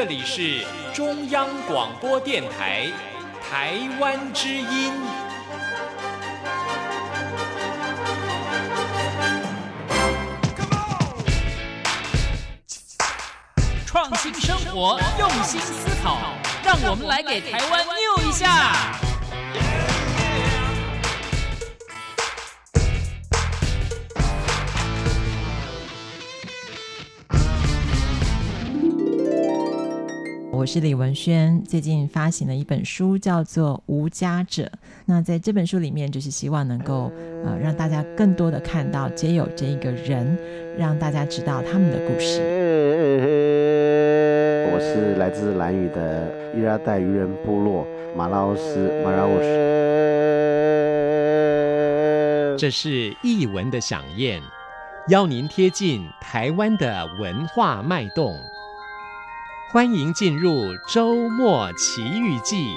这里是中央广播电台台湾之音。 创新生活，用心思考，让我们来给台湾 new 一下。 我是李文轩，最近发行了一本书叫做《无家者》。那在这本书里面，就是希望能够让大家更多的看到街友这一个人，让大家知道他们的故事。 我是来自兰屿的伊拉代渔人部落马拉欧斯 Maraos。 这是艺文的飨宴，邀您贴近台湾的文化脉动。欢迎进入周末奇遇记。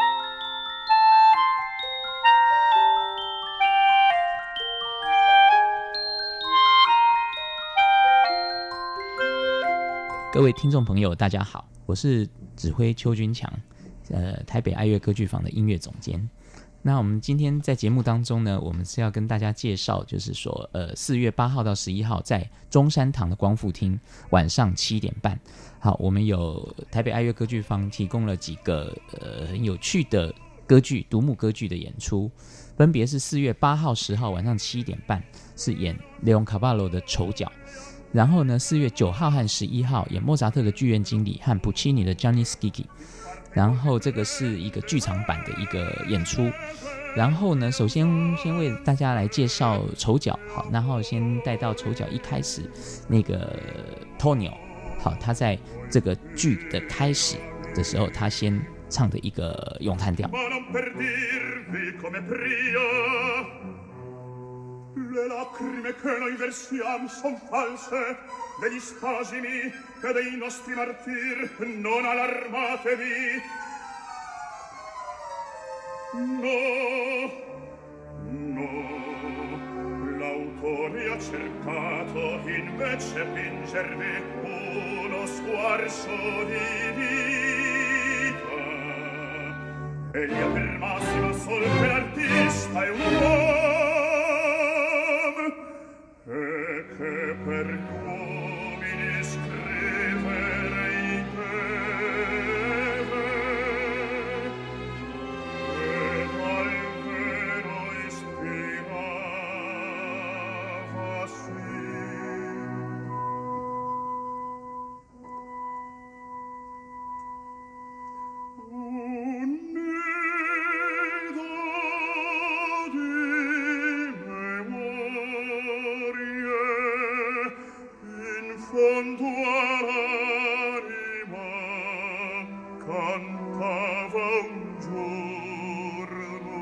各位听众朋友大家好，我是指挥邱军强，台北爱乐歌剧坊的音乐总监。那我们今天在节目当中呢，我们是要跟大家介绍，就是说4月8号到11号在中山堂的光复厅晚上7点半。好，我们有台北爱乐歌剧坊提供了几个很有趣的歌剧，独幕歌剧的演出，分别是4月8号10号晚上7点半是演雷昂卡巴罗的丑角，然后呢4月9号和11号演莫扎特的剧院经理和普契尼的 Gianni Schicchi， 然后这个是一个剧场版的一个演出。然后呢，首先为大家来介绍丑角，好，然后先带到丑角一开始那个 Tonio， 好，他在这个剧的开始的时候，他先唱的一个咏叹调。 Le lacrime che noi versiam son false, degli spasimi che dei nostri martir, non allarmatevi. No, l'autore ha cercato invece fingervi uno squarcio di vita. Egli ha per massima sol che l'artista è un uomo e che per gli uomini scriverei deve, ed al vero ispiravasi. Un nido di memorie in fondo all'anima cantava un giorno,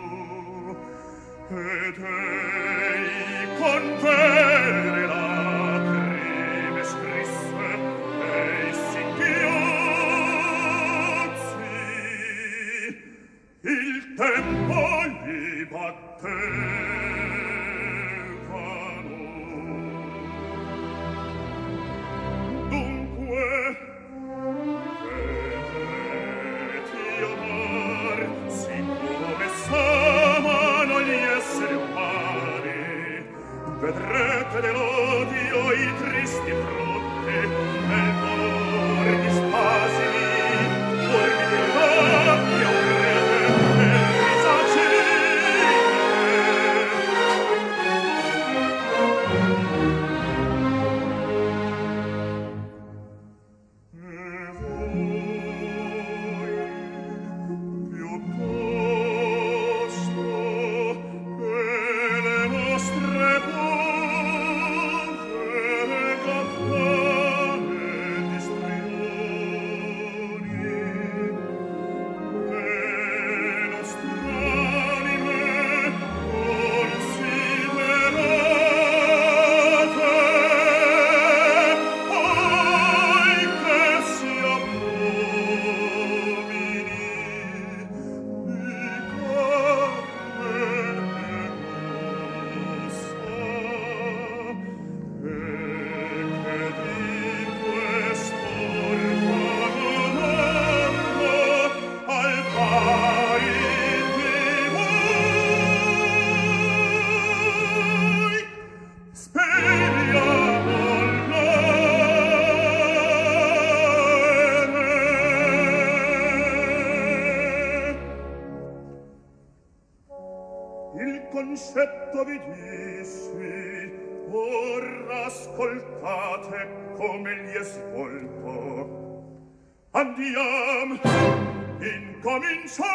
ed ei con vere lacrime scrisse ei singhiozzi. Il tempo gli battevano. Dunque vedreti amar siccome s'amano gli esseri umani, vedrete dell'odio i tristi frutti, nel dolore gli spasimi, formi di rabbia urrete e risacine. E voi piuttosto che le nostre povere campane concetto vi dissi, ora ascoltate come gli è svolto. Andiam, incominciate.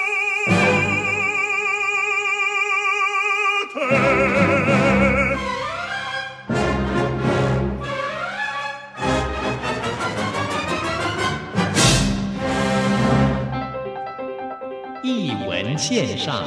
艺文线上，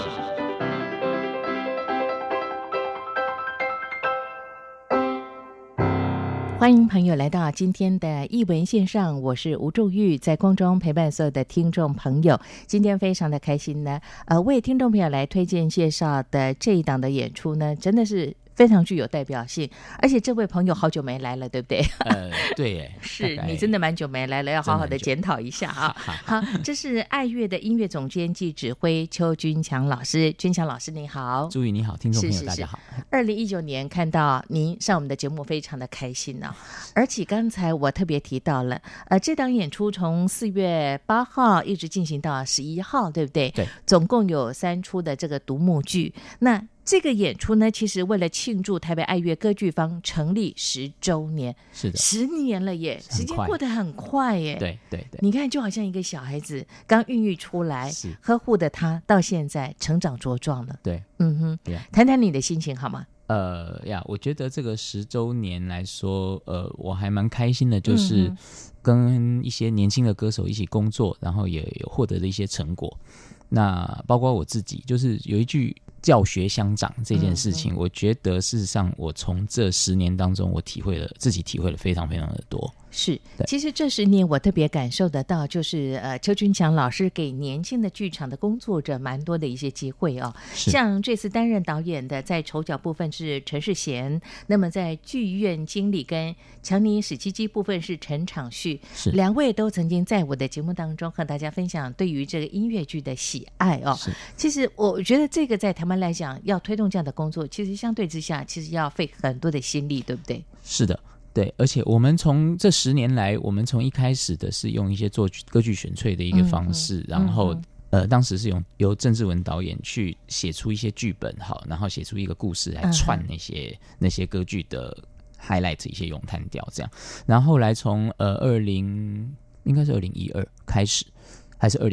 欢迎朋友来到今天的艺文线上，我是吴祝玉，在空中陪伴所有的听众朋友。今天非常的开心呢，为听众朋友来推荐介绍的这一档的演出呢，真的是非常具有代表性，而且这位朋友好久没来了，对不对？ 对耶， 是你真的蛮久没来了，要好好的检讨一下啊。好，这是爱乐的音乐总监暨指挥邱君强老师，君强老师你好。 朱宇你好，听众朋友大家好。 2019年看到您上我们的节目，非常的开心啊。而且刚才我特别提到了，这档演出从4月8号一直进行到11号，对不对？ 对， 总共有3出的这个独幕剧。那这个演出呢，其实为了庆祝台北爱乐歌剧坊成立10周年， 是的 ，10年了耶，时间过得很快耶。 对对对， 你看就好像一个小孩子刚孕育出来，呵护的他到现在成长茁壮了。 对， 谈谈你的心情好吗？ 我觉得这个10周年来说，我还蛮开心的，就是跟一些年轻的歌手一起工作，然后也有获得的一些成果。那包括我自己，就是有一句教学相长这件事情，我觉得事实上我从这10年当中，我自己体会了非常非常的多。 是，其实这10年我特别感受得到，就是邱君强老师给年轻的剧场的工作者蛮多的一些机会哦。像这次担任导演的，在丑角部分是陈世贤，那么在剧院经理跟强尼史基基部分是陈昶旭，两位都曾经在我的节目当中和大家分享对于这个音乐剧的喜爱哦。其实我觉得这个在台湾来讲，要推动这样的工作，其实相对之下，其实要费很多的心力，对不对？ 是的。对，而且我们从这10年来，我们从一开始的是用一些做歌剧选粹的一个方式，然后当时是由郑志文导演去写出一些剧本，好，然后写出一个故事来串那些歌剧的 highlight 一些咏叹调这样，然后后来从应该是2012开始，还是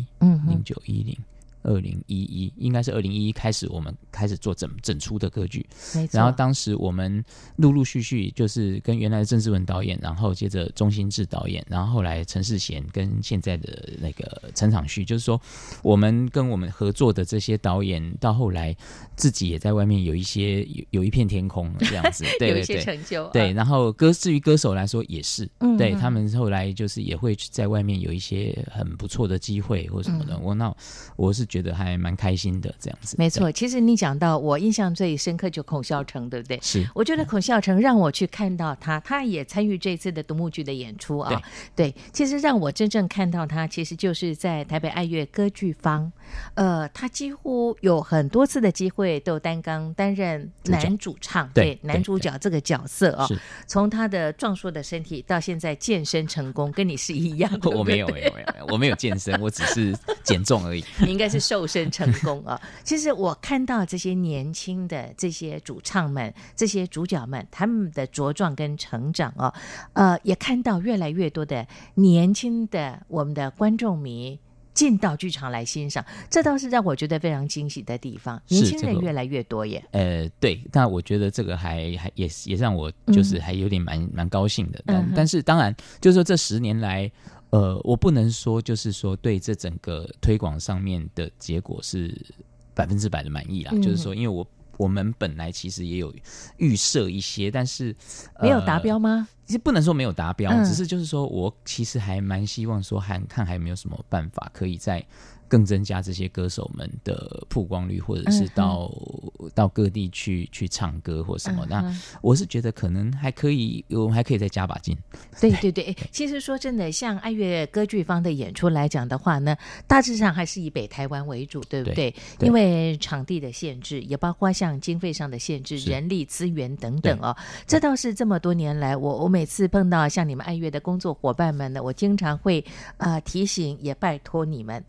2011，0910。2011应该是2011开始，我们开始做整出的歌剧，然后当时我们陆陆续续就是跟原来的郑志文导演，然后接着钟欣志导演，然后后来陈世贤跟现在的那个陈昶旭，就是说我们跟我们合作的这些导演，到后来自己也在外面有一片天空这样子，对对对， 有一些成就， 对。然后至于歌手来说也是，对他们后来就是也会在外面有一些很不错的机会或什么的，我是觉得还蛮开心的这样子。 没错，其实你讲到我印象最深刻就孔孝成，对不对？ 是， 我觉得孔孝成让我去看到他也参与这次的独幕剧的演出啊。对，其实让我真正看到他，其实就是在台北爱乐歌剧坊，他几乎有很多次的机会都担任男主唱，对男主角这个角色啊。从他的壮硕的身体到现在健身成功，跟你是一样的。 我没有健身，我只是减重而已。 你应该是瘦身成功啊！其实我看到这些年轻的这些主唱们、这些主角们，他们的茁壮跟成长哦，也看到越来越多的年轻的我们的观众迷进到剧场来欣赏，这倒是让我觉得非常惊喜的地方。年轻人越来越多耶。 对，但我觉得这个也让我就是还有点蛮高兴的。但是当然，就是说这10年来。我不能说就是说对这整个推广上面的结果是100%的满意啦，就是说因为我们本来其实也有预设一些，但是没有达标吗？ 其实不能说没有达标，只是就是说我其实还蛮希望说看还有没有什么办法可以在更增加这些歌手们的曝光率，或者是到各地去唱歌或什么。那我是觉得可能我们还可以再加把劲。 对对对，其实说真的，像爱乐歌剧坊的演出来讲的话呢，大致上还是以北台湾为主，对不对？因为场地的限制，也包括像经费上的限制、人力资源等等哦。这倒是这么多年来，我每次碰到像你们爱乐的工作伙伴们呢，我经常会提醒，也拜托你们，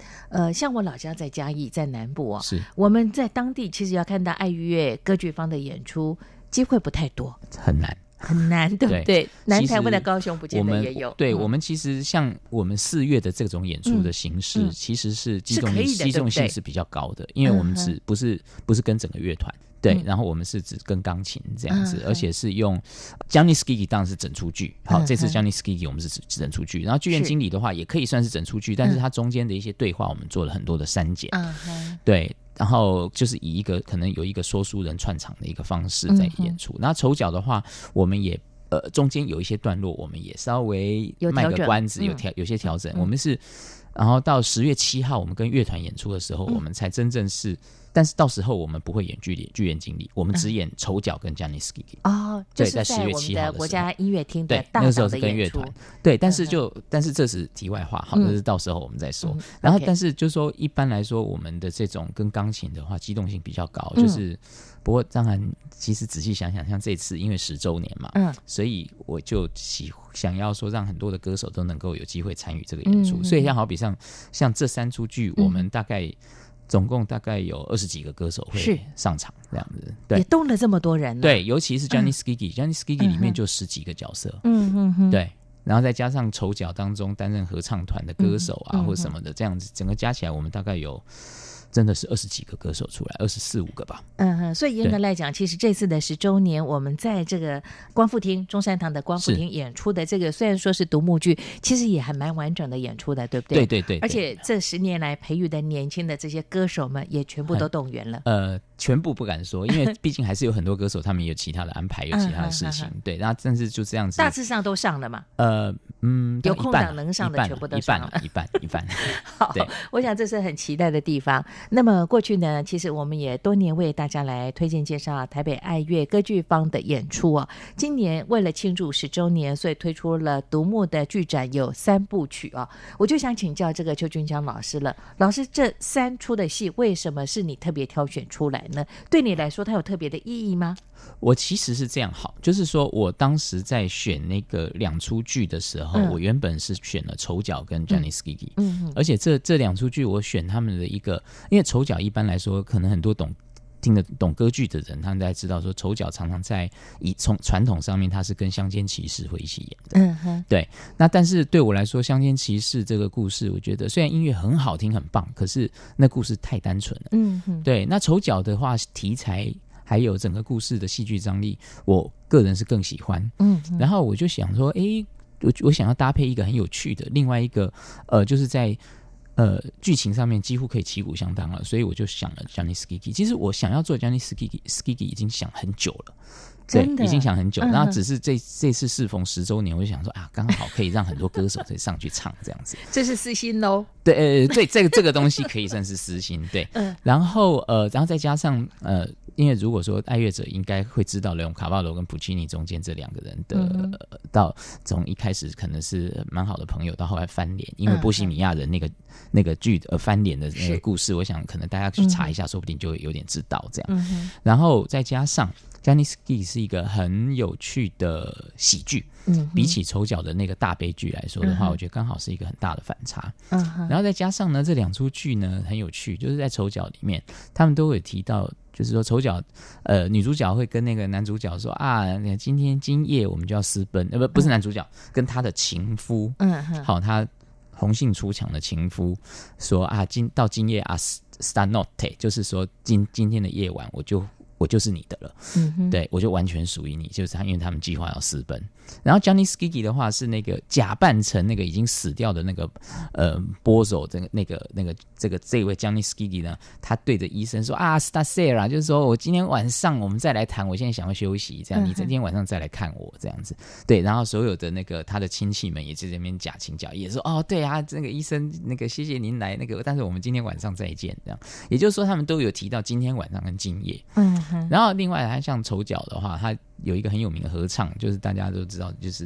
像我老家在嘉义，在南部哦， 是我们在当地其实要看到爱乐歌剧坊的演出机会不太多， 很难。 很难，对不对？南台湾的高雄不见得也有。 对，我们其实像我们4月的这种演出的形式，其实是机动性是比较高的，因为我们不是跟整个乐团。对，然后我们是只跟钢琴这样子，而且是用 Johnny Skiggy 当然是整出剧。好，这次 Johnny Skiggy 我们是整出剧，然后剧院经理的话也可以算是整出剧，但是它中间的一些对话我们做了很多的删减。对。然后就是以一个可能有一个说书人串场的一个方式在演出。那丑角的话，我们也中间有一些段落，我们也稍微卖个关子，有些调整。我们是，然后到10月7号，我们跟乐团演出的时候，我们才真正是。但是到时候我们不会演剧院经理，我们只演丑角跟 Johnny Skiggy。 哦， 对，在10月7号的国家音乐厅的大岛的演出。对，但是这是题外话，好，这是到时候我们再说。然后，但是就是说，一般来说，我们的这种跟钢琴的话，机动性比较高，就是不过当然，其实仔细想想，像这次因为10周年嘛，所以我就想要说，让很多的歌手都能够有机会参与这个演出。所以好比像这3出剧，我们总共大概有20几个歌手会上场这样子，对， 也动了这么多人了。 对，尤其是 Johnny Skiggy，Johnny Skiggy 里面就10几个角色，对，然后再加上丑角当中担任合唱团的歌手啊，或者什么的，这样子，整个加起来我们大概有。真的是20几个歌手出来，24、25个吧。 所以严格来讲，其实这次的10周年，我们在这个光复厅中山堂的光复厅演出的这个，虽然说是独幕剧，其实也还蛮完整的演出的，对不对？ 对。 而且这10年来培育的年轻的这些歌手们，也全部都动员了。 全部不敢说，因为毕竟还是有很多歌手，他们有其他的安排，有其他的事情。对，然后但是就这样子， 大致上都上了嘛。有空档能上的全部都上了， 一半。 好，对，我想这是很期待的地方。那么过去呢，其实我们也多年为大家来推荐介绍台北爱乐歌剧坊的演出哦。今年为了庆祝10周年，所以推出了独幕的剧展，有3部曲哦。我就想请教这个邱君强老师了，老师这3出的戏为什么是你特别挑选出来呢？对你来说，它有特别的意义吗？ 我其实是这样，好，就是说我当时在选那个2出剧的时候，我原本是选了丑角跟 Johnny Skiggy，而且这2出剧我选他们的一个，因为丑角一般来说，可能很多听得懂歌剧的人，他们大家知道说丑角常常在从传统上面他是跟乡间骑士会一起演的，对。那但是对我来说，乡间骑士这个故事，我觉得虽然音乐很好听很棒，可是那故事太单纯了，对。那丑角的话，题材还有整个故事的戏剧张力，我个人是更喜欢。然后我就想说，我想要搭配一个很有趣的，另外一个就是在剧情上面几乎可以旗鼓相当了，所以我就想了 Johnny Skiggy。其实我想要做 Johnny Skiggy 已经想很久了。对，已经想很久，然后只是这次适逢10周年，我就想说啊，刚好可以让很多歌手可以上去唱这样子。 这是私心咯。 对，这个东西可以算是私心，对。然后再加上因为如果说爱乐者应该会知道，用卡巴罗跟普契尼中间这2个人的到从一开始可能是蛮好的朋友，到后来翻脸，因为波西米亚人那个剧翻脸的那个故事，我想可能大家去查一下，说不定就有点知道这样。然后再加上Johnny Skiggy 是一个很有趣的喜剧，比起丑角的那个大悲剧来说的话，我觉得刚好是一个很大的反差。然后再加上呢，这2出剧呢很有趣，就是在丑角里面，他们都会提到，就是说丑角女主角会跟那个男主角说啊，今夜我们就要私奔，不是男主角，跟他的情夫，好，他红杏出墙的情夫说啊，到今夜啊 stanotte， 就是说今天的夜晚我就是你的了，对，我就完全属于你，就是因为他们计划要私奔。然后 Johnny Skiggy 的话是那个假扮成那个已经死掉的那个波手，这位 Johnny Skiggy 呢，他对着医生说啊 Stasera， 就是说我今天晚上我们再来谈，我现在想要休息，这样你今天晚上再来看我这样子，对。然后所有的那个他的亲戚们也在这边假情假意，也说哦对啊，这个医生那个谢谢您来那个，但是我们今天晚上再见这样。也就是说他们都有提到今天晚上跟今夜。然后另外还像丑角的话，他有一个很有名的合唱，就是大家都知道，就是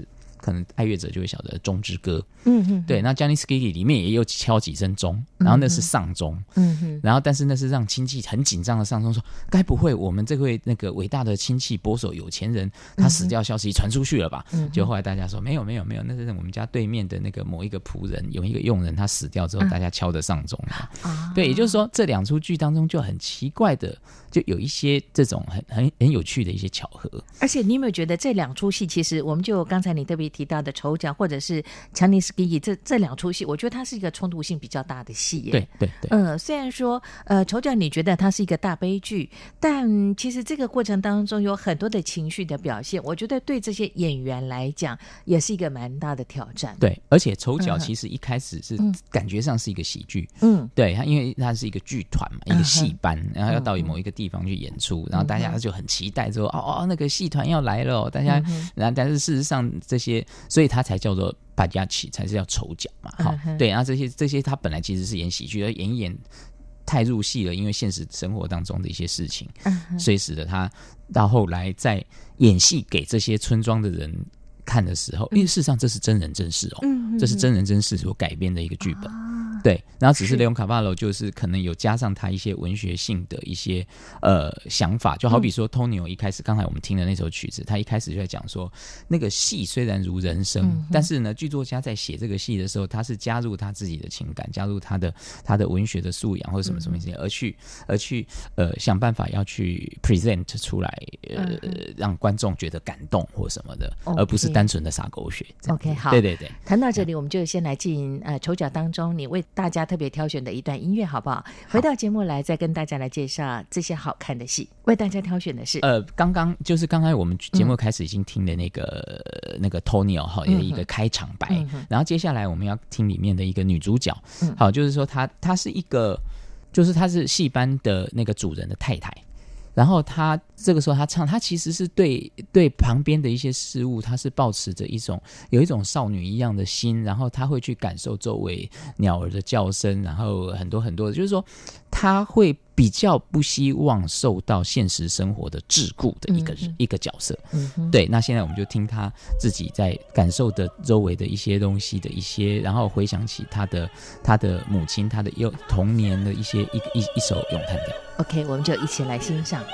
可能爱乐者就会晓得钟之歌， 对， 那 Gianni Schicchi 里面也有敲几声钟，然后那是丧钟，然后但是那是让亲戚很紧张的丧钟，说该不会我们这位那个伟大的亲戚波手有钱人他死掉消息传出去了吧？就后来大家说没有，那是我们家对面的那个某一个仆人有一个佣人他死掉之后，大家敲的丧钟，对，也就是说这两出剧当中就很奇怪的，就有一些这种很有趣的一些巧合。 而且你有没有觉得这两出戏，其实我们就刚才你特别提到的丑角或者是强尼斯基伊这两出戏，我觉得它是一个冲突性比较大的戏耶。 对， 虽然说丑角你觉得它是一个大悲剧，但其实这个过程当中有很多的情绪的表现，我觉得对这些演员来讲也是一个蛮大的挑战。 对，而且丑角其实一开始是感觉上是一个喜剧，对，因为它是一个剧团嘛，一个戏班，然后要到某一个地方去演出，然后大家就很期待说那个戏团要来了，大家，但是事实上这些，所以它才叫做巴加奇，才是叫丑角嘛。好，对，然后这些他本来其实是演喜剧，而演一演太入戏了，因为现实生活当中的一些事情，所以使得他到后来在演戏给这些村庄的人看的时候，因为事实上这是真人真事这是真人真事所改编的一个剧本。对，然后只是雷翁卡巴罗就是可能有加上他一些文学性的一些想法，就好比说 Tonio 一开始刚才我们听的那首曲子，他一开始就在讲说，那个戏虽然如人生，但是呢，剧作家在写这个戏的时候，他是加入他自己的情感，加入他的文学的素养或者什么什么些，而去想办法要去 present 出来，让观众觉得感动或什么的，而不是单纯的撒狗血。 OK， 好， 对， 谈到这里，我们就先来进丑角当中你为大家特别挑选的一段音乐，好不好？回到节目来，再跟大家来介绍这些好看的戏。为大家挑选的是刚才我们节目开始已经听的那个 Tonio 好的一个开场白，然后接下来我们要听里面的一个女主角，好，就是说她是一个，就是她是戏班的那个主人的太太。然后他这个时候他唱，他其实是对旁边的一些事物，他是抱持着有一种少女一样的心，然后他会去感受周围鸟儿的叫声，然后很多很多的，就是说他会比较不希望受到现实生活的桎梏的一个角色。对，那现在我们就听他自己在感受的周围的一些东西的一些，然后回想起他的母亲，他的童年的一首咏叹调。 OK， 我们就一起来欣赏。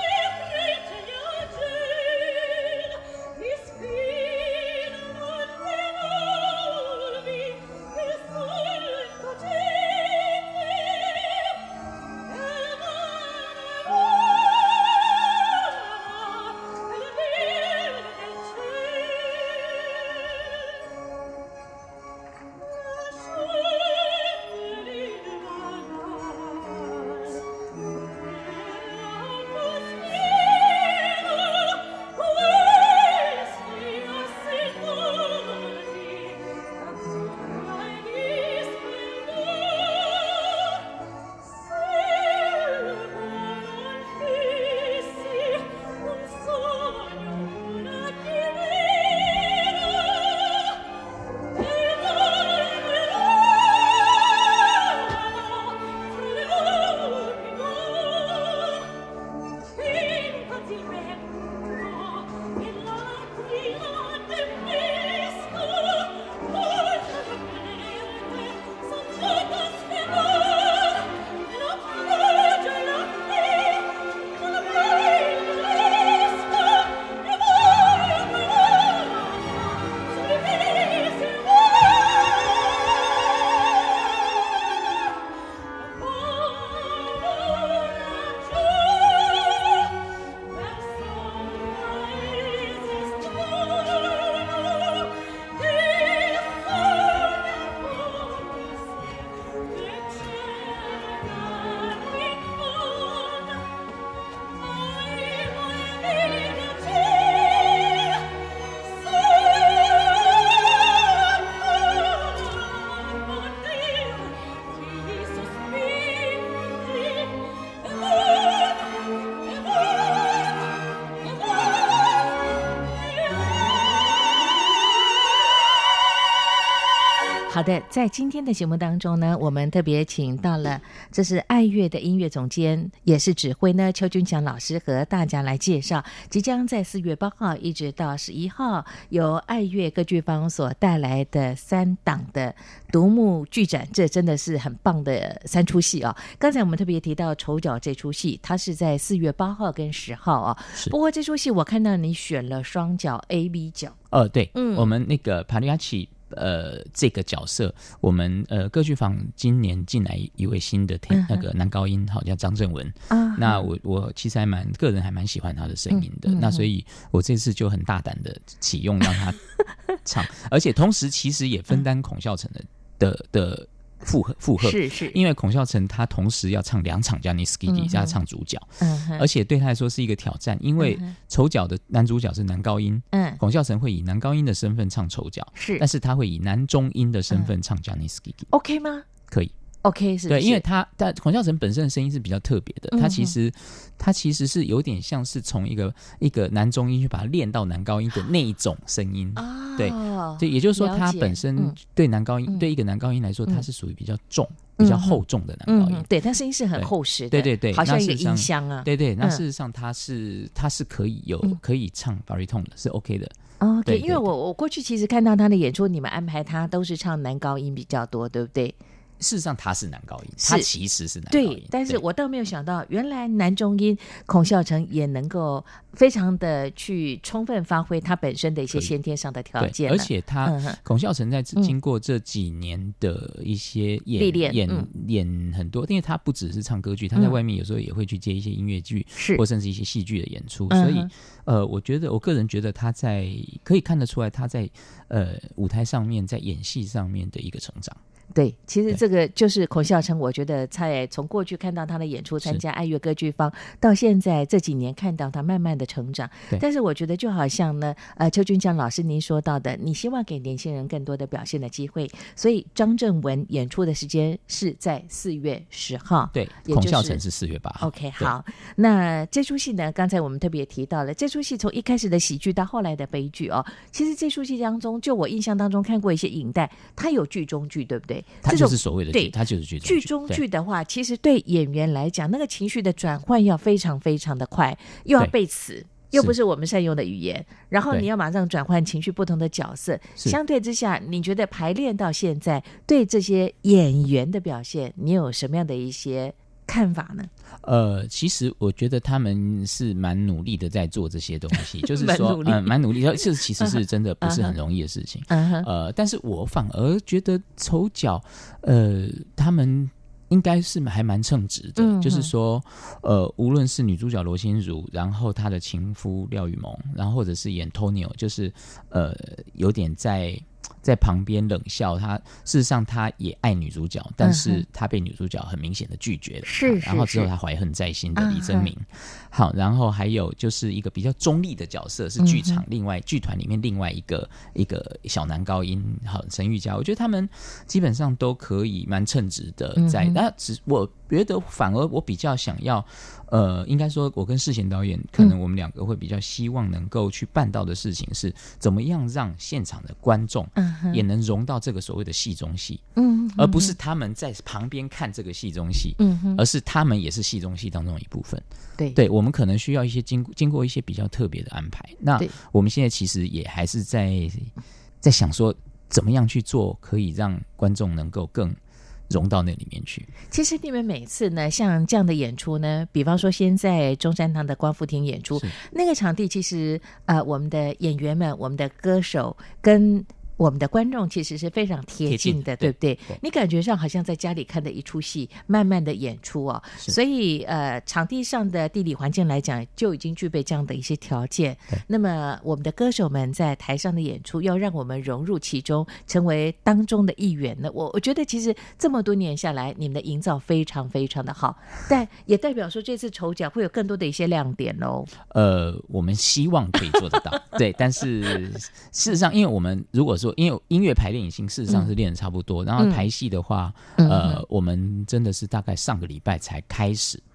好的，在今天的节目当中呢，我们特别请到了这是爱乐的音乐总监，也是指挥呢邱君强老师和大家来介绍即将在4月8号一直到11号由爱乐歌剧坊所带来的3档的独幕剧展，这真的是很棒的3出戏哦。刚才我们特别提到丑角这出戏，它是在4月8号跟10号哦。不过这出戏我看到你选了双角 A、B 角。 对，我们那个帕利亚奇这个角色，我们歌剧坊今年进来一位新的那个男高音，好叫张正文。那我其实个人还蛮喜欢他的声音的。那所以我这次就很大胆的启用让他唱，而且同时其实也分担孔孝成的附和，是因为孔孝成他同时要唱2场 Janisky 加唱主角，而且对他来说是一个挑战，因为丑角的男主角是男高音，孔孝成会以男高音的身份唱丑角，但是他会以男中音的身份唱 Janisky， OK 吗？ 可以。 OK 是不是？ 对，因为但孔孝成本身的声音是比较特别的，他其实是有点像是从一个男中音去把它练到男高音的那一种声音。对，也就是说他本身对男高音，对一个男高音来说，他是属于比较重、比较厚重的男高音。 对，他声音是很厚实的，对，好像一个音箱啊。 对，那事实上他是可以唱 baritone 的，是 OK 的。 对，因为我过去其实看到他的演出，你们安排他都是唱男高音比较多，对不对？ 事实上他是男高音，他其实是男高音， 对，但是我倒没有想到原来男中音孔孝成也能够非常的去充分发挥他本身的一些先天上的条件， 而且孔孝成在经过这几年的一些历练， 演很多，因为他不只是唱歌剧，他在外面有时候也会去接一些音乐剧，或甚至一些戏剧的演出，所以我个人觉得他可以看得出来他在舞台上面，在演戏上面的一个成长。 对，其实这个就是孔孝成，我觉得在从过去看到他的演出，参加爱乐歌剧坊，到现在这几年看到他慢慢的成长。但是我觉得就好像呢，邱君强老师您说到的，你希望给年轻人更多的表现的机会，所以张正文演出的时间是在4月10号， 对，孔孝成是4月8号。 OK， 好，那这出戏呢，刚才我们特别提到了，这出戏从一开始的喜剧到后来的悲剧哦，其实这出戏当中，就我印象当中看过一些影带，它有剧中剧，对不对？ 它就是所谓的剧，它就是剧中剧。 剧中剧的话，其实对演员来讲，那个情绪的转换要非常非常的快，又要背词，又不是我们善用的语言，然后你要马上转换情绪，不同的角色。相对之下，你觉得排练到现在，对这些演员的表现，你有什么样的一些看法呢？ 其实我觉得他们是蛮努力的在做这些东西，就是说蛮努力，这其实是真的不是很容易的事情。但是我反而觉得丑角他们应该是还蛮称职的，就是说无论是女主角罗心如，然后她的情夫廖宇萌，然后或者是演 Tonio， 就是有点在旁边冷笑，他事实上他也爱女主角，但是他被女主角很明显的拒绝了，然后之后他怀恨在心的李增明。好，然后还有就是一个比较中立的角色是剧团里面另外一个小男高音，好，陈玉佳，我觉得他们基本上都可以蛮称职的在，我觉得反而我比较想要应该说我跟世贤导演可能我们两个会比较希望能够去办到的事情是怎么样让现场的观众也能融到这个所谓的戏中戏，而不是他们在旁边看这个戏中戏，而是他们也是戏中戏当中的一部分。对，我们可能需要一些经过一些比较特别的安排。那我们现在其实也还是在想说怎么样去做可以让观众能够更融到那里面去。其实你们每次呢像这样的演出呢，比方说先在中山堂的光复厅演出，那个场地其实我们的演员们，我们的歌手跟我们的观众其实是非常贴近的，对不对？你感觉上好像在家里看的一出戏慢慢的演出哦，所以场地上的地理环境来讲就已经具备这样的一些条件。那么我们的歌手们在台上的演出要让我们融入其中，成为当中的一员呢，我觉得其实这么多年下来你们的营造非常非常的好，但也代表说这次筹奖会有更多的一些亮点哦。 我们希望可以做得到对，但是事实上因为我们如果说因为音乐排练已经事实上是练得差不多，然后台戏的话我们真的是大概上个礼拜才开始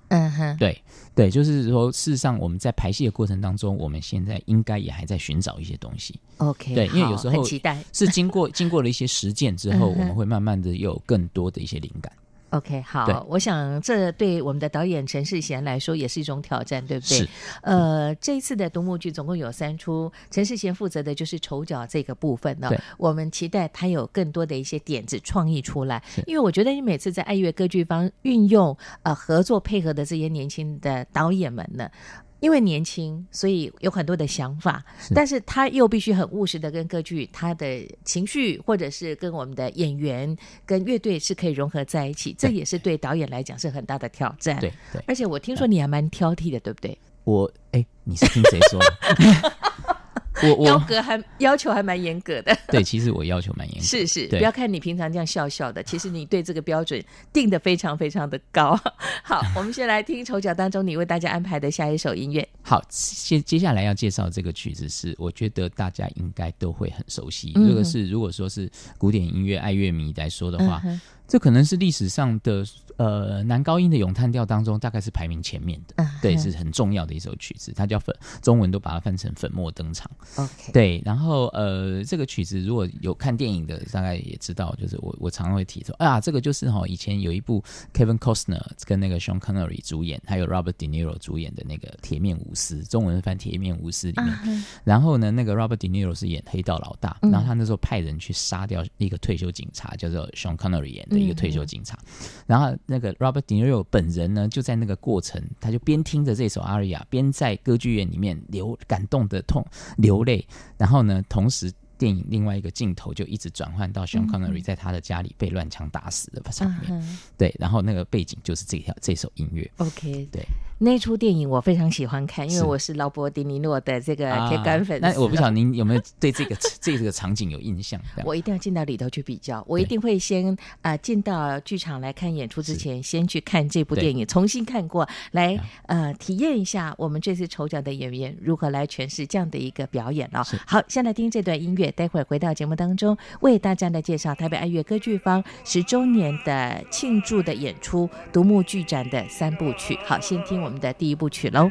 嗯哼， 对，就是说事实上我们在排戏的过程当中，我们现在应该也还在寻找一些东西。 OK， 对，因为有时候很期待是经过了一些实践之后，我们会慢慢的有更多的一些灵感。 OK， 好，我想这对我们的导演陈世贤来说也是一种挑战，对不对？ 是。 这一次的独幕剧总共有3出，陈世贤负责的就是丑角这个部分呢。我们期待他有更多的一些点子创意出来，因为我觉得你每次在爱乐歌剧坊运用合作配合的这些年轻的导演们呢，因为年轻，所以有很多的想法，但是他又必须很务实的跟歌剧他的情绪，或者是跟我们的演员跟乐队是可以融合在一起，这也是对导演来讲是很大的挑战。对，而且我听说你还蛮挑剔的，对不对？ 你是听谁说的？我要求还蛮严格的。 对，其实我要求蛮严格的。 是，不要看你平常这样笑笑的，其实你对这个标准定得非常非常的高。好，我们先来听丑角当中你为大家安排的下一首音乐。 好，接下来要介绍这个曲子是我觉得大家应该都会很熟悉。如果说是古典音乐爱乐迷来说的话，这可能是历史上的男高音的咏叹调当中大概是排名前面的。对，是很重要的一首曲子，它叫中文都把它翻成粉墨登场。 OK， 对，然后这个曲子如果有看电影的大概也知道，就是我常常会提说这个就是以前有一部 Kevin Costner 跟那个 Sean Connery 主演，还有 Robert De Niro 主演的那个铁面无私，中文翻铁面无私里面，然后呢那个 Robert De Niro 是演黑道老大，然后他那时候派人去杀掉一个退休警察，叫做 Sean Connery 演的一个退休警察，然后那个 Robert De Niro 本人呢就在那个过程，他就边听着这首 aria 边在歌剧院里面感动的流泪，然后呢同时电影另外一个镜头就一直转换到 Sean Connery 在他的家里被乱枪打死的场面。对，然后那个背景就是这首音乐。 OK， 对， 那出电影我非常喜欢看，因为我是劳勃迪尼诺的这个铁杆粉丝。 那我不晓得您有没有对这个场景有印象？ 我一定要进到里头去比较，我一定会先进到剧场来看演出之前，先去看这部电影，重新看过来体验一下我们这次丑角的演员如何来诠释这样的一个表演哦。好，先来听这段音乐，待会儿回到节目当中为大家来介绍台北爱乐歌剧坊10周年的庆祝的演出独幕剧展的3部曲。好，先听我们的第1部曲喽。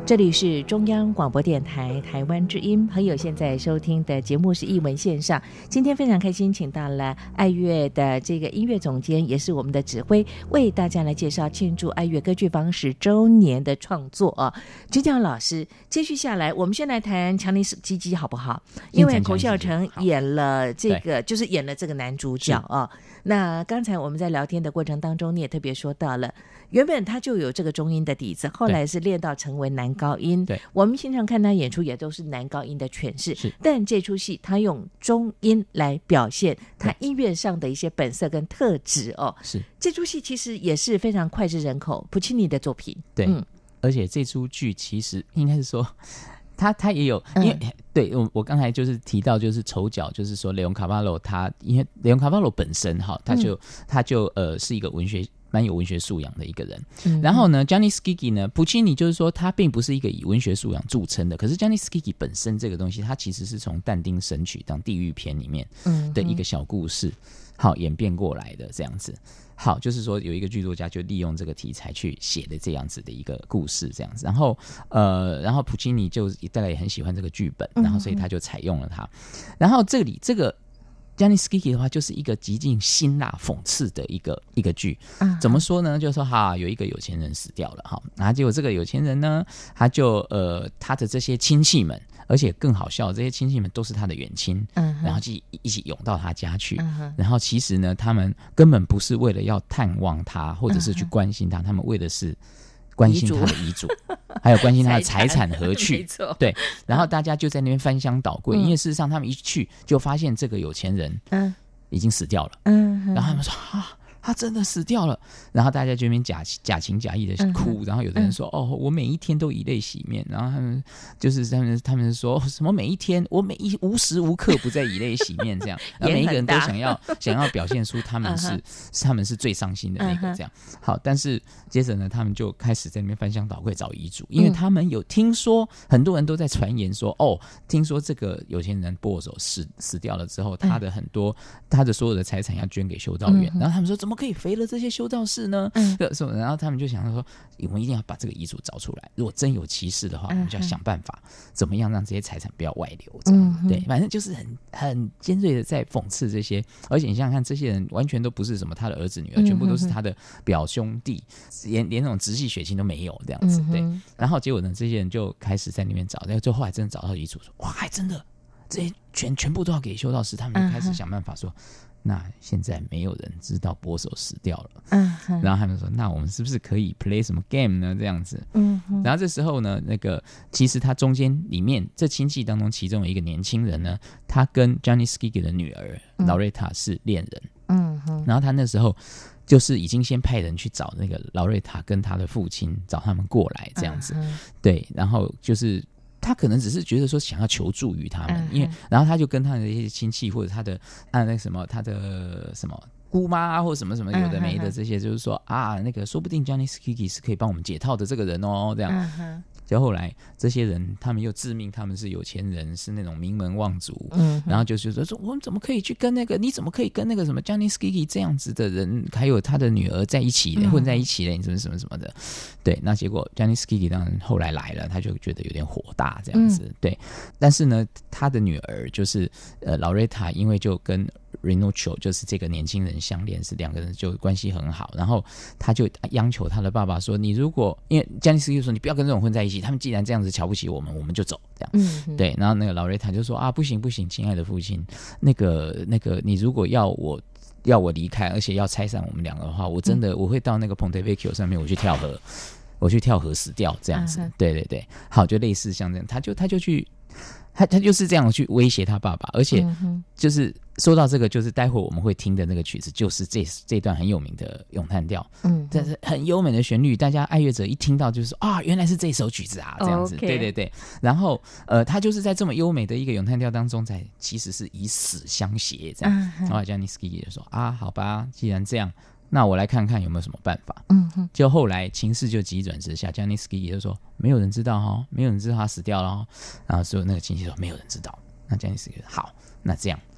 这里是中央广播电台台湾之音，朋友现在收听的节目是艺文线上。今天非常开心，请到了爱乐的这个音乐总监，也是我们的指挥，为大家来介绍庆祝爱乐歌剧坊10周年的创作啊。君强老师，接续下来，我们先来谈强尼斯基基好不好？因为侯孝成演了这个，就是演了这个男主角啊。那刚才我们在聊天的过程当中，你也特别说到了，原本他就有这个中音的底子，后来是练到成为男高音。 对， 我们平常看他演出也都是男高音的诠释，但这出戏他用中音来表现他音乐上的一些本色跟特质哦。 是，这出戏其实也是非常脍炙人口，普契尼的作品。 对，而且这出剧其实应该是说。他也有，因为对我刚才就是提到，就是丑角，就是说雷昂卡瓦罗，他因为雷昂卡瓦罗本身哈，他就是一个蛮有文学素养的一个人。然后呢 ，Gianni Schicchi 呢，普契尼就是说他并不是一个以文学素养著称的，可是 Gianni Schicchi 本身这个东西，他其实是从但丁神曲当地狱篇里面的一个小故事，好演变过来的这样子。好，就是说有一个剧作家就利用这个题材去写的这样子的一个故事，这样子。然后普契尼就大概也很喜欢这个剧本，然后所以他就采用了它。然后这个 Gianni Schicchi 的话，就是一个极尽辛辣讽刺的一个剧。怎么说呢？就是说有一个有钱人死掉了哈，然后结果这个有钱人呢，他就他的这些亲戚们。而且更好笑，这些亲戚们都是他的远亲，然后就一起涌到他家去，然后其实呢，他们根本不是为了要探望他，或者是去关心他，他们为的是关心他的遗嘱，还有关心他的财产何去。对，然后大家就在那边翻箱倒柜，因为事实上他们一去就发现这个有钱人已经死掉了，然后他们说他真的死掉了，然后大家就那边假情假意的哭，然后有的人说我每一天都以泪洗面，然后他们说什么每一天我无时无刻不在以泪洗面这样，然后每一个人都想要表现出他们是最伤心的那个这样。好，但是接着呢，他们就开始在那边翻箱倒柜找遗嘱，因为他们有听说很多人都在传言说听说这个有钱人波手死掉了之后，他的所有的财产要捐给修道院，然后他们说怎么可以肥了这些修道士呢？然后他们就想说，我们一定要把这个遗嘱找出来。如果真有其事的话，我们就要想办法，怎么样让这些财产不要外流。这样对，反正就是很尖锐的在讽刺这些。而且你想想看，这些人完全都不是什么他的儿子女儿，全部都是他的表兄弟，连那种直系血亲都没有这样子。对，然后结果呢，这些人就开始在那边找，然后最后还真的找到遗嘱，说哇，还真的这些全部都要给修道士。他们就开始想办法说。那现在没有人知道波手死掉了，然后他们说，那我们是不是可以 play 什么 game 呢？这样子，然后这时候呢，其实他中间里面这亲戚当中其中有一个年轻人呢，他跟 Gianni Schicchi 的女儿劳瑞塔是恋人，然后他那时候就是已经先派人去找那个劳瑞塔跟他的父亲找他们过来这样子，对，然后就是。他可能只是觉得说想要求助于他们，因为然后他就跟他的一些亲戚或者他的他的什么姑妈或者什么什么有的没的这些，就是说说不定 Gianni Schicchi 是可以帮我们解套的这个人哦，这样。就后来这些人他们又自命他们是有钱人，是那种名门望族，然后就是说我们怎么可以去跟你怎么可以跟那个什么 Gianni Schicchi 这样子的人还有他的女儿在一起混在一起你什么什么什么的。对，那结果 Gianni Schicchi 当然后来来了，他就觉得有点火大这样子，对。但是呢，他的女儿就是劳瑞塔，因为就跟Rinuccio 就是这个年轻人相恋，是两个人就关系很好，然后他就央求他的爸爸说，你如果因为 Gianni Schicchi 说你不要跟这种混在一起，他们既然这样子瞧不起我们，我们就走这样。对，然后那个劳瑞塔就说不行不行，亲爱的父亲，那个你如果要我离开，而且要拆散我们两个的话，我真的我会到那个 Ponte Vecchio 上面我去跳河死掉这样子。对对对，好，就类似像这样，他就去。他就是这样去威胁他爸爸，而且就是说到这个，就是待会我们会听的那个曲子，就是这段很有名的咏叹调，但是很优美的旋律，大家爱乐者一听到就是说原来是这首曲子这样子，对对对。然后他就是在这么优美的一个咏叹调当中，其实是以死相挟这样。然后 Gianni Schicchi 就说好吧，既然这样。那我来看看有没有什么办法。就后来情势就急转直下 ，Gianni Schicchi 就说没有人知道没有人知道他死掉了然后所有那个亲戚说没有人知道。那 Gianni Schicchi 说好，那这样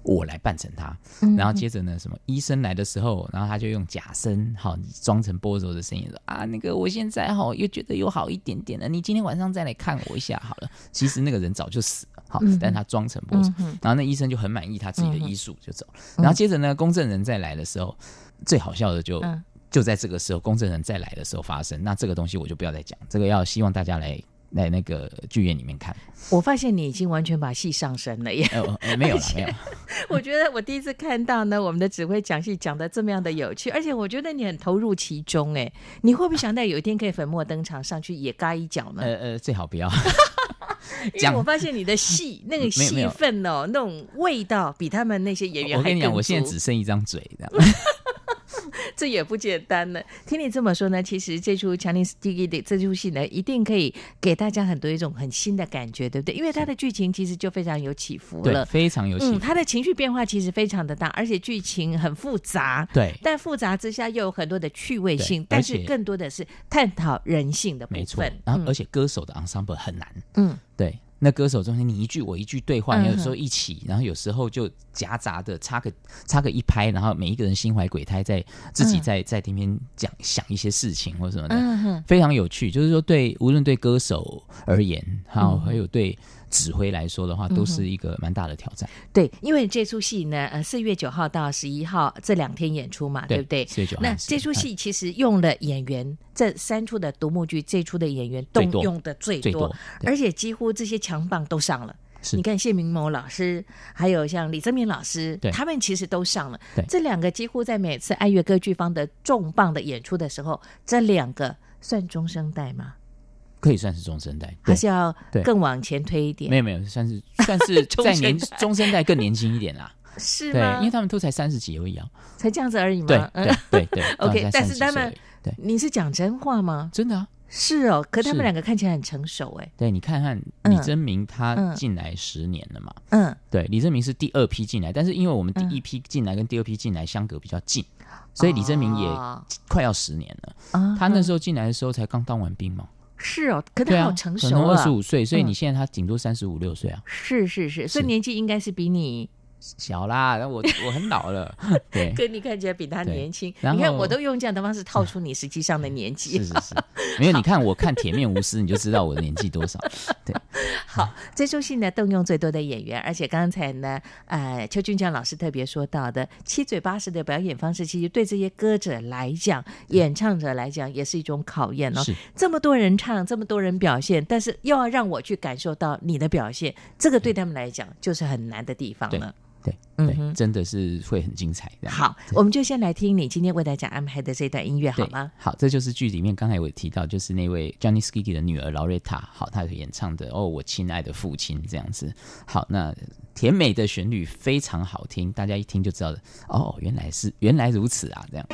我来扮成他，然后接着呢，什么医生来的时候，然后他就用假声，好装成波柔的声音说啊，那个我现在又觉得有好一点点了，你今天晚上再来看我一下好了。其实那个人早就死了，好，但他装成波柔，然后那医生就很满意他自己的医术就走。然后接着呢，公证人再来的时候，最好笑的就在这个时候，公证人再来的时候发生。那这个东西我就不要再讲，这个要希望大家来那个剧院里面看。 我发现你已经完全把戏上身了耶！ 没有啦，没有。 我觉得我第一次看到呢，我们的指挥讲戏讲得这么样的有趣，而且我觉得你很投入其中哎。你会不会想到有一天可以粉墨登场上去也嘎一脚呢？ 最好不要。 因为我发现你的戏那个戏份哦，那种味道比他们那些演员还更足。 我跟你讲，我现在只剩一张嘴，这样。 这也不简单呢。听你这么说呢，其实这出强尼斯基的这出戏呢，一定可以给大家很多一种很新的感觉，对不对？因为它的剧情其实就非常有起伏了， 对，非常有起伏。 它的情绪变化其实非常的大，而且剧情很复杂， 对， 但复杂之下又有很多的趣味性，但是更多的是探讨人性的部分。 没错，然后而且歌手的 ensemble 很难，对。那歌手中间你一句我一句对话，你有时候一起，然后有时候就夹杂的插个一拍，然后每一个人心怀鬼胎，在自己在那边想一些事情或什么的，非常有趣。就是说无论对歌手而言，还有对指挥来说的话，都是一个蛮大的挑战。 对，因为这出戏呢，4月9号到11号这2天演出嘛，对不对 ？4月9号。 那这出戏其实用了演员，这3出的独幕剧，这出的演员动用的最多，而且几乎这些强棒都上了。你看谢明谋老师，还有像李增明老师，他们其实都上了。这2个几乎在每次爱乐歌剧坊的重磅的演出的时候，这2个算中生代吗？ 可以算是中生代， 还是要更往前推一点？ 没有，算是在中生代更年轻一点啦。 是吗？ 对，因为他们都才30几而已啊， 才这样子而已吗？ 对。 OK， 但是他们，你是讲真话吗？ 真的啊。 是哦，可他们2个看起来很成熟哎。 对，你看看李增明他进来10年了嘛，对，李增明是第2批进来，但是因为我们第1批进来跟第2批进来相隔比较近，所以李增明也快要10年了。他那时候进来的时候才刚当完兵嘛。 是哦，可他好成熟啊，可能25岁，所以你现在他顶多35、6岁啊。 是，所以年纪应该是比你小啦，我很老了，对， 跟你看起来比他年轻。你看，我都用这样的方式套出你实际上的年纪。 是，没有，你看我看《铁面无私》，你就知道我的年纪多少。对， 好，这出戏呢动用最多的演员，而且刚才呢，邱俊强老师特别说到的七嘴八舌的表演方式，其实对这些歌者来讲、演唱者来讲，也是一种考验哦。这么多人唱，这么多人表现，但是又要让我去感受到你的表现，这个对他们来讲就是很难的地方了。 对，真的是会很精彩。 好，我们就先来听你今天为大家安排的这段音乐好吗？ 好，这就是剧里面刚才有提到，就是那位 Gianni Schicchi 的女儿劳瑞塔，好，她演唱的《我亲爱的父亲》这样子。好，那甜美的旋律非常好听，大家一听就知道的哦，原来如此啊，这样。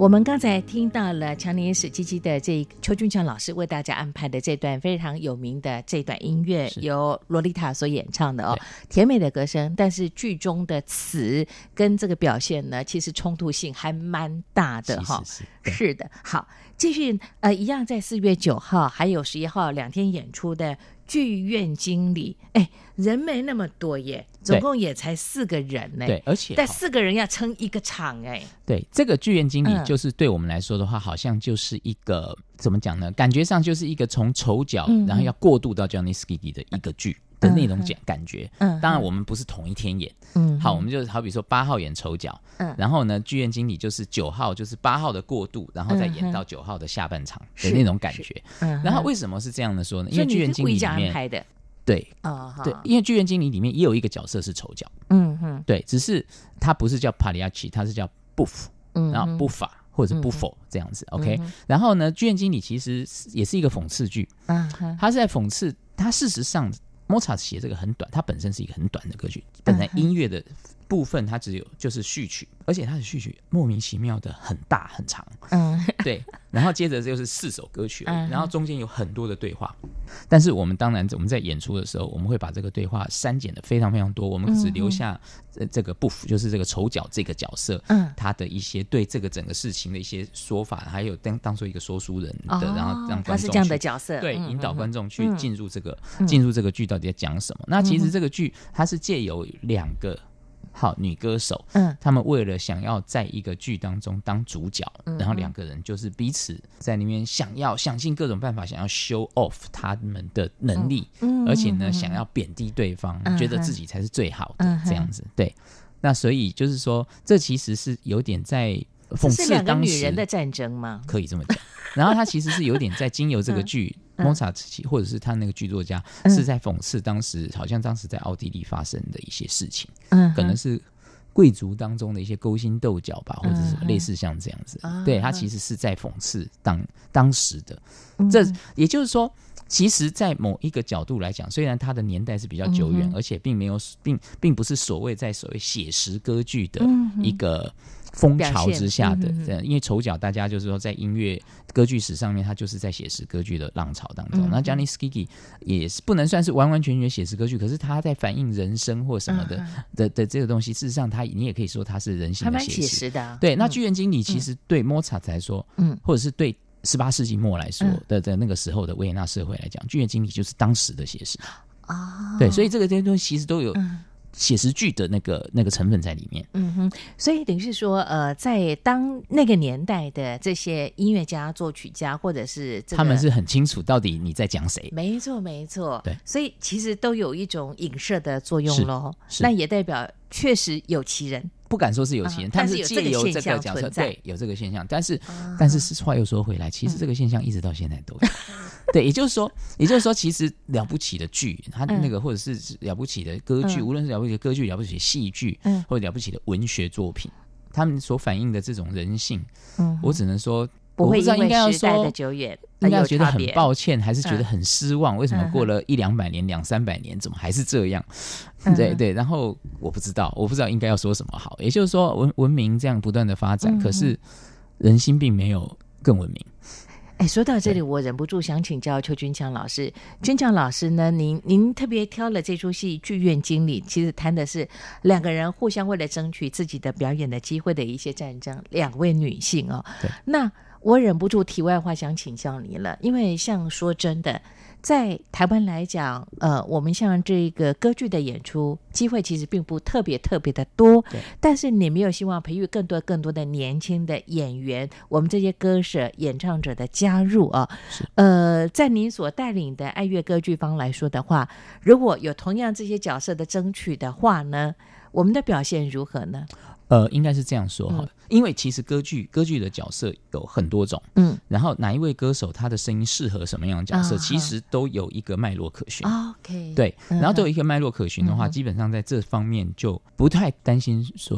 我们刚才听到了强尼史基基的邱君强老师为大家安排的这段非常有名的这段音乐，由洛丽塔所演唱的甜美的歌声，但是剧中的词跟这个表现呢，其实冲突性还蛮大的哈。是的，好，继续一样在4月9号还有11号2天演出的剧院经理，人没那么多耶，总共也才4个人呢。 对，而且但4个人要撑一个场对，这个剧院经理就是对我们来说的话，好像就是一个怎么讲呢？感觉上就是一个从丑角，然后要过渡到 Johnny Skiddy 的一个剧的那种感觉。当然我们不是同一天演。好，我们就好比说8号演丑角，然后呢，剧院经理就是9号，就是8号的过渡，然后再演到9号的下半场的那种感觉。然后为什么是这样的说呢？因为剧院经理里面拍的。 对，对，因为剧院经理里面也有一个角色是丑角，对，只是他不是叫 Pagliacci， 他是叫 Buff， 然后 Buffa 或者是 Buffo 这样子 ，OK。然后呢，剧院经理其实也是一个讽刺剧，他是在讽刺，他事实上莫扎特写这个很短，他本身是一个很短的歌剧，本来音乐的部分它只有就是序曲，而且它的序曲莫名其妙的很大很长，对，然后接着就是4首歌曲而已，然后中间有很多的对话，但是我们当然我们在演出的时候，我们会把这个对话删减的非常非常多，我们只留下这个buff，就是这个丑角这个角色，他的一些对这个整个事情的一些说法，还有当做一个说书人的，然后让观众他是这样的角色， 对，引导观众去进入这个剧到底在讲什么。那其实这个剧它是借由2个女歌手，他们为了想要在一个剧当中当主角，然后2个人就是彼此在里面想尽各种办法，想要 show off 他们的能力，而且呢，想要贬低对方，觉得自己才是最好的，这样子。对，那所以就是说，这其实是有点在讽刺当时是2个女人的战争吗？ 可以这么讲。然后他其实是有点在经由这个剧。莫扎特或者是他那个剧作家是在讽刺当时好像当时在奥地利发生的一些事情，可能是贵族当中的一些勾心斗角吧，或者是类似像这样子。对，他其实是在讽刺当时的。这也就是说，其实在某一个角度来讲，虽然它的年代是比较久远，而且并不是所谓写实歌剧的一个风潮之下的，因为丑角大家就是说在音乐歌剧史上面，他就是在写实歌剧的浪潮当中。那 Johnny Skiddy 也是不能算是完完全全写实歌剧，可是他在反映人生或什么的这个东西，事实上你也可以说他是人性的写实， 还蛮写实的。 对，那剧院经理其实对莫扎特来说，或者是对18世纪末来说的那个时候的维也纳社会来讲，剧院经理就是当时的写实对，所以这些东西其实都有写实剧的那个成分在里面。 所以等于是说在当那个年代的这些音乐家作曲家或者是他们是很清楚到底你在讲谁。 没错， 对， 所以其实都有一种影射的作用咯。那也代表确实有其人， 不敢说是有其人，但是借由这个角色，对，有这个现象。但是话又说回来，其实这个现象一直到现在都有。对，也就是说，其实了不起的剧，它那个或者是了不起的歌剧，无论是了不起的歌剧、了不起的戏剧，或者了不起的文学作品，他们所反映的这种人性，我只能说， 不会因为时代的久远， 应该觉得很抱歉，还是觉得很失望？为什么过了100-200年、200-300年，怎么还是这样？对。然后我不知道应该要说什么好。也就是说，文明这样不断的发展，可是人心并没有更文明。 说到这里，我忍不住想请教邱君强老师。君强老师呢，您特别挑了这出戏《剧院经理》，其实谈的是2个人互相为了争取自己的表演的机会的一些战争，2位女性哦。那我忍不住题外话想请教你了，因为像说真的，在台湾来讲，我们像这个歌剧的演出机会其实并不特别的多，但是你没有希望培育更多的年轻的演员，我们这些歌手演唱者的加入啊。在您所带领的爱乐歌剧坊来说的话，如果有同样这些角色的争取的话呢，我们的表现如何呢？ 应该是这样说好了，因为其实歌剧的角色有很多种，然后哪一位歌手他的声音适合什么样的角色，其实都有一个脉络可循。 OK， 对，然后都有一个脉络可循的话，基本上在这方面就不太担心说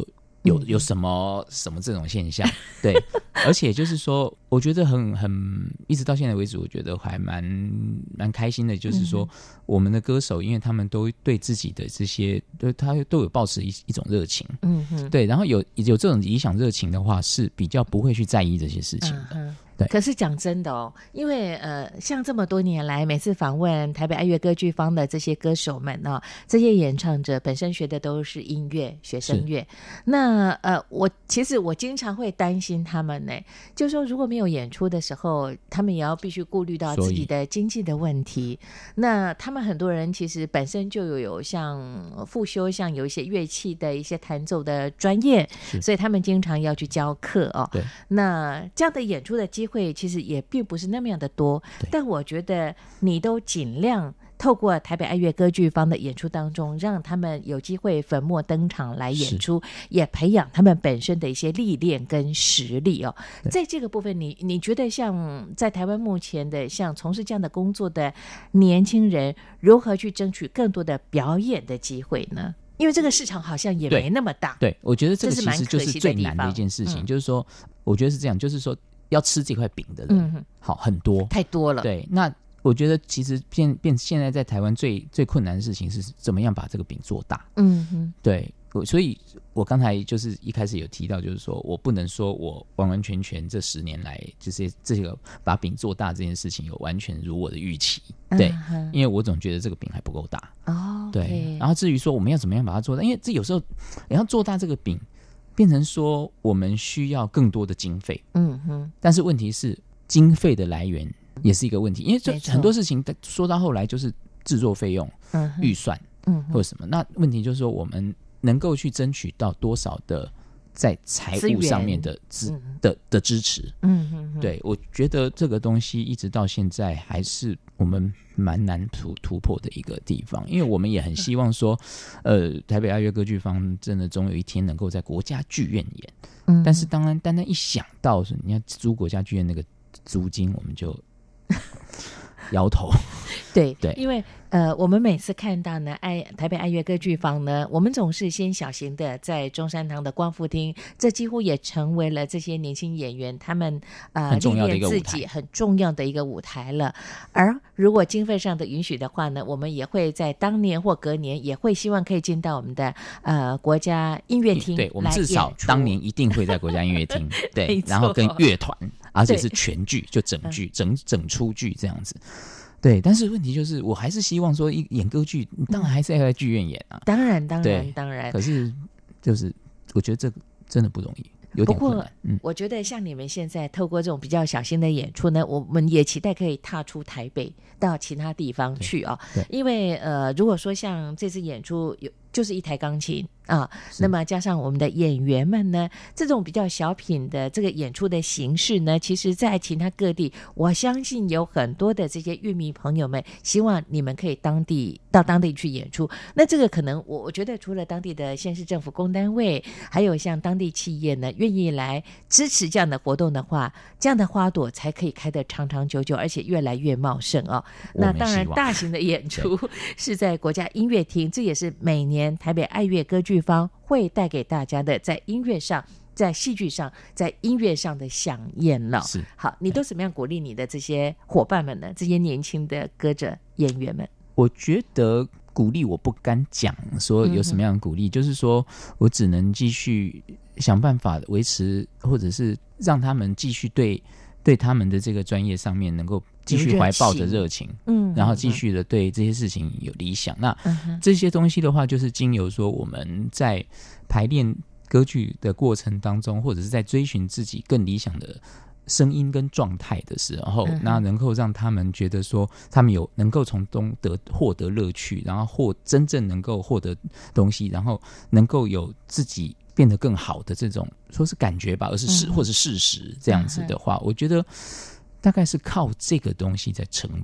有什么这种现象，对，而且就是说，我觉得很一直到现在为止，我觉得还蛮开心的，就是说，我们的歌手，因为他们都对自己的这些，他都有抱持一种热情，对，然后有这种理想热情的话，是比较不会去在意这些事情的。对， 可是讲真的哦，因为像这么多年来，每次访问台北爱乐歌剧坊的这些歌手们啊，这些演唱者本身学的都是音乐，学声乐。那其实我经常会担心他们呢，就是说如果没有演出的时候，他们也要必须顾虑到自己的经济的问题。那他们很多人其实本身就有像复修，像有一些乐器的一些弹奏的专业，所以他们经常要去教课哦。 对， 那这样的演出的机会其实也并不是那么样的多，但我觉得你都尽量透过台北爱乐歌剧坊的演出当中，让他们有机会粉墨登场来演出，也培养他们本身的一些历练跟实力哦。在这个部分你觉得像在台湾目前的像从事这样的工作的年轻人，如何去争取更多的表演的机会呢？因为这个市场好像也没那么大。 对，我觉得这个其实就是最难的一件事情，就是说我觉得是这样，就是说要吃这块饼的人，好很多， 太多了。 对，那我觉得其实现在在台湾最困难的事情是怎么样把这个饼做大。对，所以我刚才就是一开始有提到，就是说我不能说我完全这10年来就是这个把饼做大这件事情有完全如我的预期。对，因为我总觉得这个饼还不够大。对，然后至于说我们要怎么样把它做大，因为这有时候你要做大这个饼，变成说我们需要更多的经费。但是问题是经费的来源也是一个问题，因为这很多事情说到后来就是制作费用、预算或者什么。那问题就是说我们能够去争取到多少的在财务上面的支持。对，我觉得这个东西一直到现在还是我们蛮难突破的一个地方，因为我们也很希望说台北爱乐歌剧坊真的总有一天能够在国家剧院演。但是当然单单一想到你要租国家剧院那个租金，我们就摇头。 对，因为我们每次看到呢台北爱乐歌剧坊呢，我们总是先小型的在中山堂的光复厅，这几乎也成为了这些年轻演员他们历练自己很重要的一个舞台了。而如果经费上的允许的话呢，我们也会在当年或隔年也会希望可以进到我们的国家音乐厅。 对，我们至少当年一定会在国家音乐厅对，然后跟乐团，而且是全剧，就整剧整出剧这样子。对，但是问题就是我还是希望说演歌剧当然还是要在剧院演啊。 当然可是就是我觉得这个真的不容易，有点困难。 不过我觉得像你们现在透过这种比较小型的演出呢，我们也期待可以踏出台北到其他地方去啊。因为如果说像这次演出就是一台钢琴啊，那么加上我们的演员们呢，这种比较小品的这个演出的形式呢，其实在其他各地我相信有很多的这些乐迷朋友们希望你们可以到当地去演出。那这个可能我觉得除了当地的县市政府公单位，还有像当地企业呢愿意来支持这样的活动的话，这样的花朵才可以开得长长久久，而且越来越茂盛哦。那当然大型的演出是在国家音乐厅，这也是每年台北爱乐歌剧坊会带给大家的在音乐上、在戏剧上、在音乐上的飨宴了。 是， 好，你都怎么样鼓励你的这些伙伴们呢？这些年轻的歌者演员们？ 我觉得鼓励我不敢讲说有什么样的鼓励，就是说我只能继续想办法维持，或者是让他们继续对他们的这个专业上面能够继续怀抱着热情，然后继续的对这些事情有理想。那这些东西的话，就是经由说我们在排练歌剧的过程当中，或者是在追寻自己更理想的声音跟状态的时候，那能够让他们觉得说他们有能够从中获得乐趣，然后真正能够获得东西，然后能够有自己变得更好的这种说是感觉吧，而是或是事实这样子的话，我觉得大概是靠这个东西在撑吧。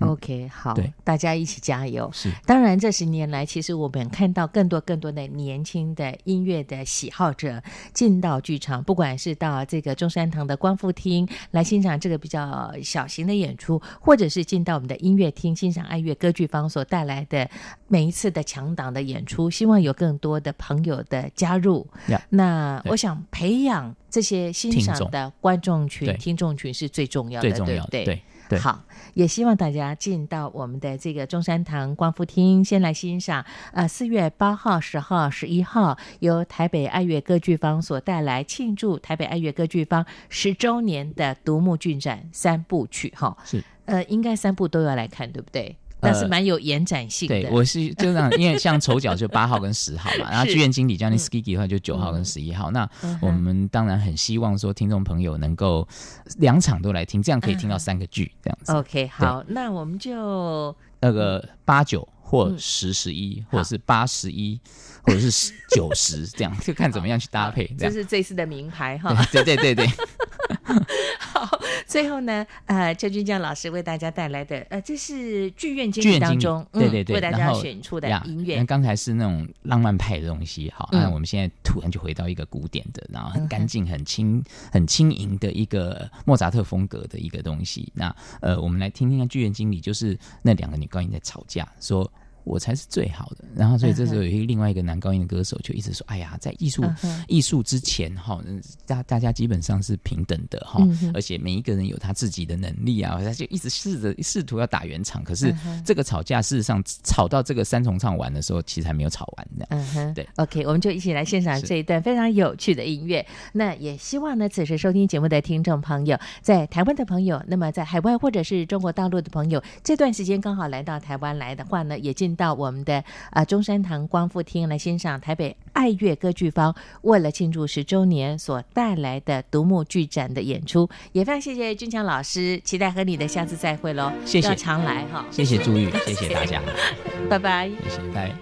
OK， 好，大家一起加油。 是， 当然这10年来，其实我们看到更多的年轻的音乐的喜好者进到剧场，不管是到这个中山堂的光复厅来欣赏这个比较小型的演出，或者是进到我们的音乐厅欣赏爱乐歌剧坊所带来的每一次的强档的演出，希望有更多的朋友的加入。那我想培养这些欣赏的观众群、听众群是最重要的，对不对？ 对， 好，也希望大家进到我们的这个中山堂光复厅，先来欣赏4月8号、10号、11号由台北爱乐歌剧坊所带来庆祝台北爱乐歌剧坊10周年的独幕剧展3部曲哈。 是应该3部都要来看，对不对？但是蛮有延展性的。 对，我是就这样，因为像丑角就8号跟10号嘛，然后剧院经理Gianni Schicchi的话就9号跟11号。那我们当然很希望说听众朋友能够2场都来听，这样可以听到3个剧这样子。 OK， 好，那我们就那个8、9或10、11，或者是8、11，或者是9、10，这样就看怎么样去搭配。 这是这次的名牌哈。 对。 好，最后呢，邱君将老师为大家带来的，这是剧院经理当中， 对， 为大家选出的音乐。 刚才是那种浪漫派的东西，好，那我们现在突然就回到一个古典的，然后很干净、很轻盈的一个莫扎特风格的一个东西。那我们来听听看剧院经理，就是那2个女高音在吵架，说我才是最好的。然后所以这时候有另外一个男高音的歌手就一直说，哎呀，在艺术之前大家基本上是平等的而且每一个人有他自己的能力啊，他就一直试图要打圆场。可是这个吵架事实上吵到这个3重唱完的时候其实还没有吵完这样。对 OK， 我们就一起来欣赏这一段非常有趣的音乐。那也希望呢此时收听节目的听众朋友，在台湾的朋友，那么在海外或者是中国大陆的朋友，这段时间刚好来到台湾来的话呢，也进到我们的中山堂光复厅来欣赏台北爱乐歌剧坊为了庆祝10周年所带来的独幕剧展的演出。也非常谢谢君强老师，期待和你的下次再会咯。 谢谢， 要常来哈。 谢谢朱玉，谢谢大家， 拜拜。 谢谢，拜。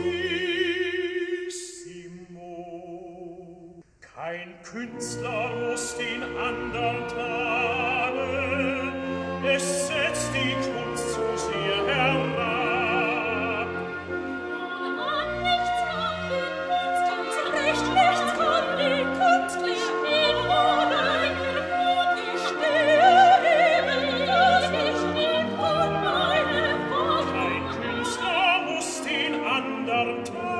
Kein Künstler muss den andern tadeln, es setzt die Kunst zu sehr herab. Und an nichts kann die Kunst, und zurecht nichts kann die Kunst leben, ohne Hilfe, ich stehe eben, dass ich nicht von meiner Fahrt. Kein Künstler muss den andern tadeln,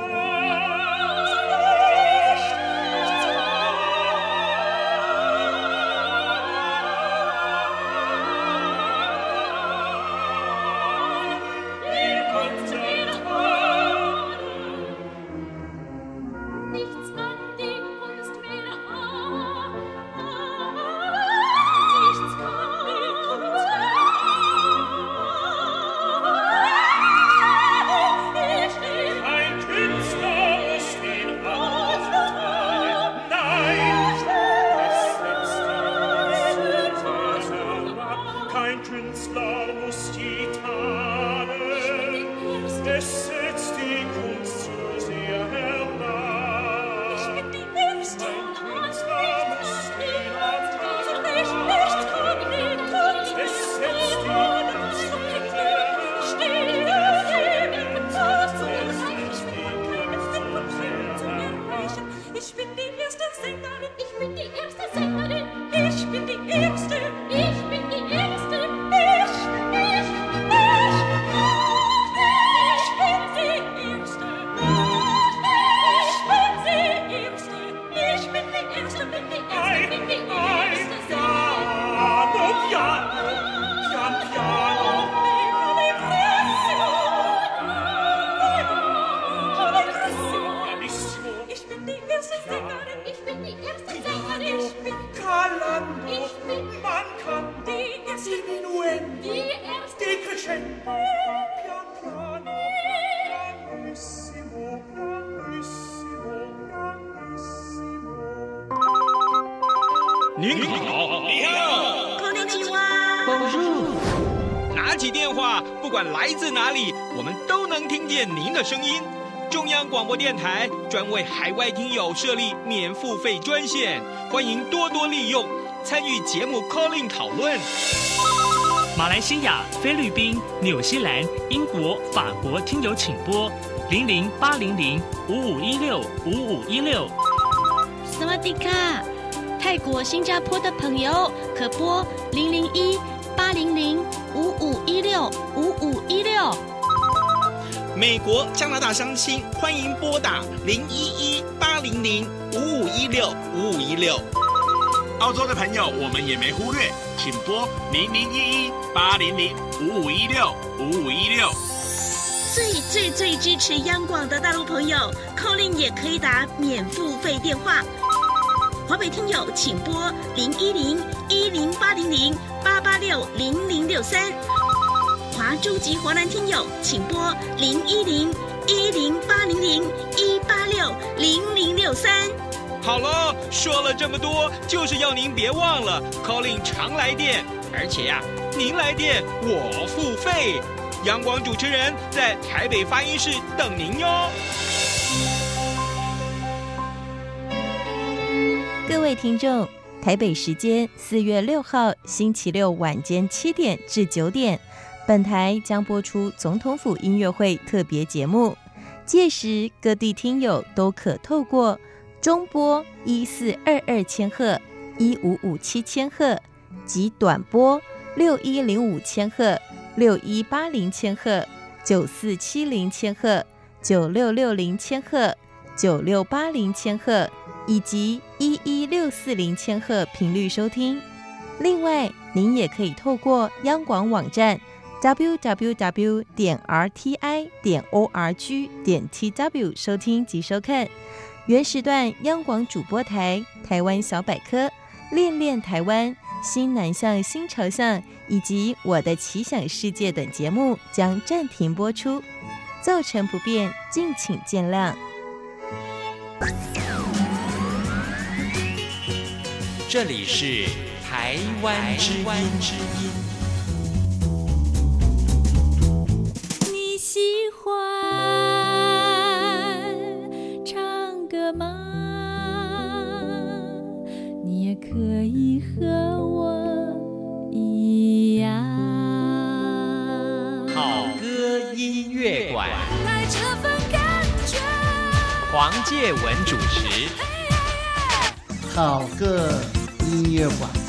您好，你好，拿起电话，不管来自哪里，我们都能听见您的声音。中央广播电台专为海外听友设立免付费专线，欢迎多多利用，参与节目 call-in 讨论。 马来西亚、菲律宾、纽西兰、英国、法国听友请拨00-800-5516-5516。 萨瓦迪卡，泰国、新加坡的朋友可拨001-800-5516-5516。 美国、加拿大乡亲欢迎拨打011-800-5516-5516。 澳洲的朋友我们也没忽略，请拨001-800-5516-5516。 最支持央广的大陆朋友 ，call-in 也可以打免付费电话。华北听友请拨010-1080-886-0063。华中及华南听友请拨010-1080-186-0063。 好了，说了这么多，就是要您别忘了 call-in 常来电，而且呀，您来电我付费。央广主持人在台北发音室等您哟。 各位听众，台北时间4月6号星期六晚间7点至9点，本台将播出总统府音乐会特别节目，届时各地听友都可透过中波1422千赫、1557千赫及短波6105千赫、6180千赫、9470千赫、9660千赫、9680千赫以及11640千赫频率收听。另外，您也可以透过央广网站 www.rti.org.tw 收听及收看原时段央广主播台、台湾小百科、练练台湾、新南向新朝向以及我的奇想世界等节目将暂停播出，造成不便敬请见谅。 这里是台湾之音。 你喜欢音乐馆， 来这份感觉。 黄介文主持。 好个音乐馆。